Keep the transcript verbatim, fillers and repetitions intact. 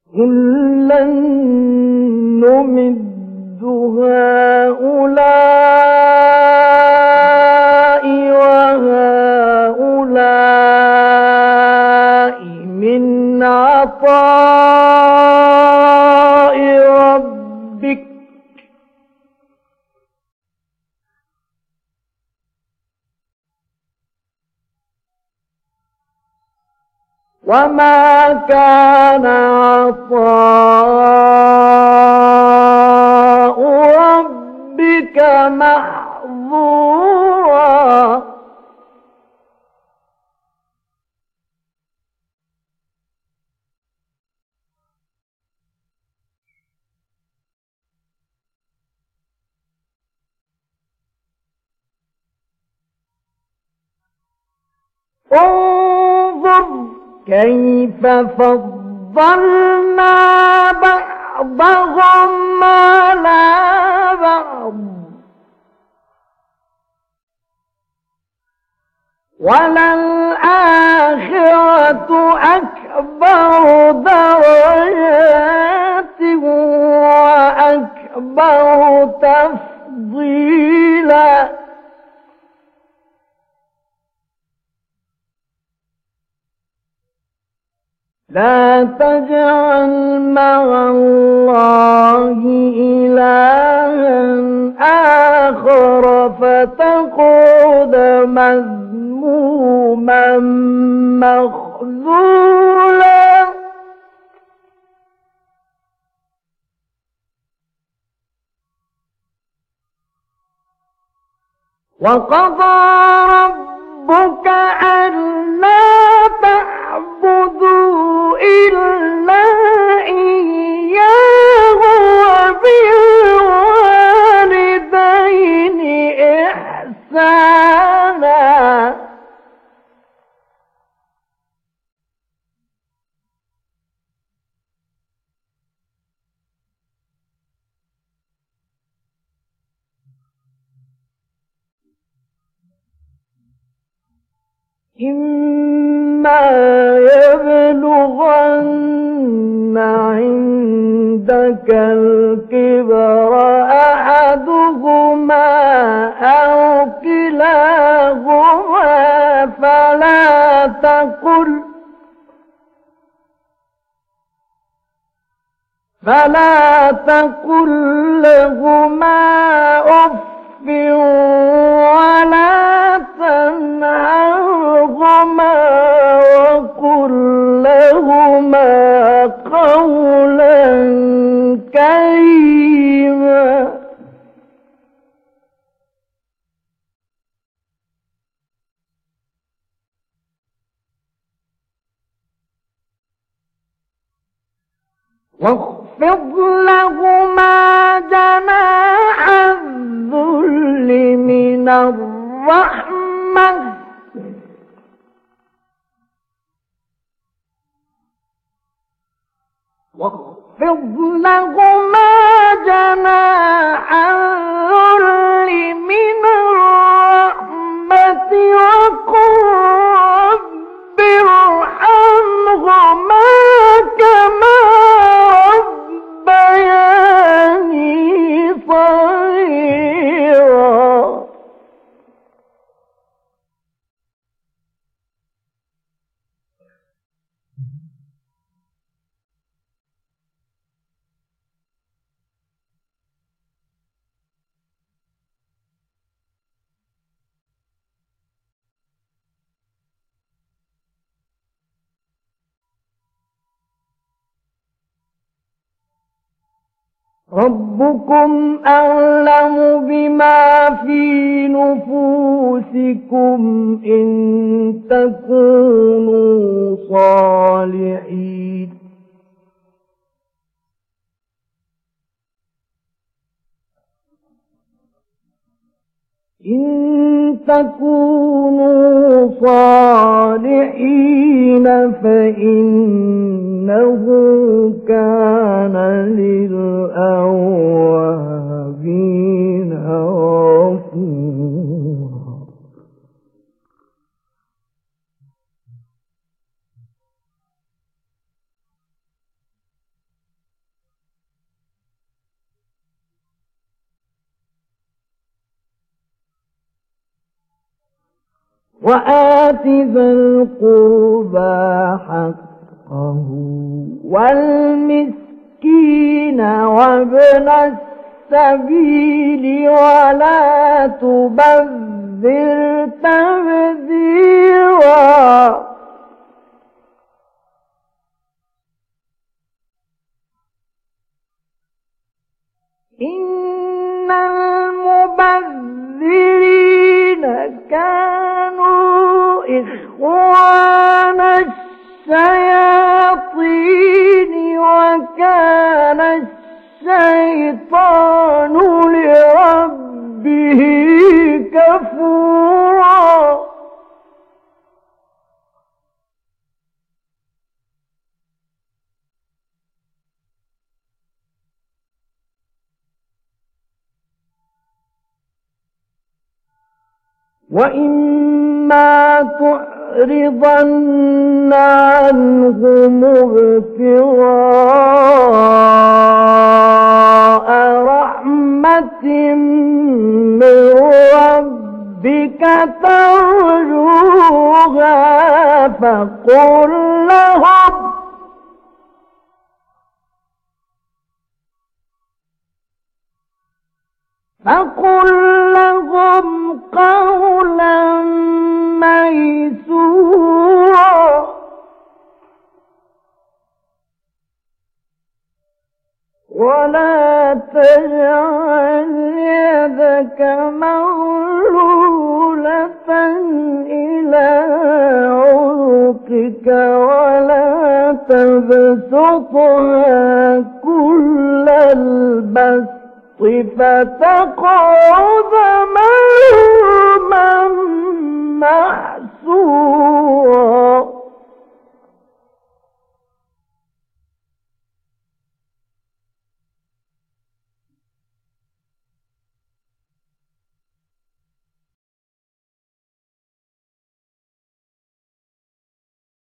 كُلًّا نُّمِدُّ هَٰؤُلَاءِ وَهَٰؤُلَاءِ مِنْ عَطَاءِ رَبِّكَ ۚ وَمَا كَانَ عَطَاءُ رَبِّكَ مَحْظُورًا انظُرْ كَيْفَ فَضَّلْنَا بَعْضَهُمْ عَلَىٰ بَعْضٍ ۚ وَلَلْآخِرَةُ أَكْبَرُ دَرَجَاتٍ وَأَكْبَرُ تَفْضِيلًا لَا تَجْعَلْ مَعَ اللَّهِ إِلَٰهًا آخَرَ فَتَقْعُدَ مَذْمُومًا مَّخْذُولًا. وَقَضَىٰ رَبُّكَ أَلَّا تَعْبُدُوا إِلَّا إِيَّاهُ وَبِالْوَالِدَيْنِ إِحْسَانًا إِمَّا يَبْلُغَنَّ عِندَكَ الْكِبَرَ أَحَدُهُمَا أَوْ كِلَاهُمَا فَلَا تَقُل فَلَا تَقُل لَّهُمَا أُفٍّ وَلَا تَنْهَرْهُمَا وَقُل لَّهُمَا قَوْلًا كَرِيمًا. واخفض لهما جناح الذل من الرحمة واخفض لهما جناح الذل من الرحمة وقل رب ارحمهما كما ربياني صغيرا. ربكم أعلم بما في نفوسكم إن تكونوا صالحين إن تكونوا صالحين فإنه كان للأوابين غفورا. وآت ذا القربى حقه والمسكين وابن السبيل ولا تبذر تبذيرا إن المبذرين كانوا إخوان الشياطين وكان الشيطان لربه كفورا وإما تعرضن عنهم ابتغاء رحمة من ربك ترجوها فقل لهم فقل لهم قولا ميسورا ولا تجعل يدك مغلولة إلى عنقك ولا تبسطها كل البسط فتقعد ملوما محسورا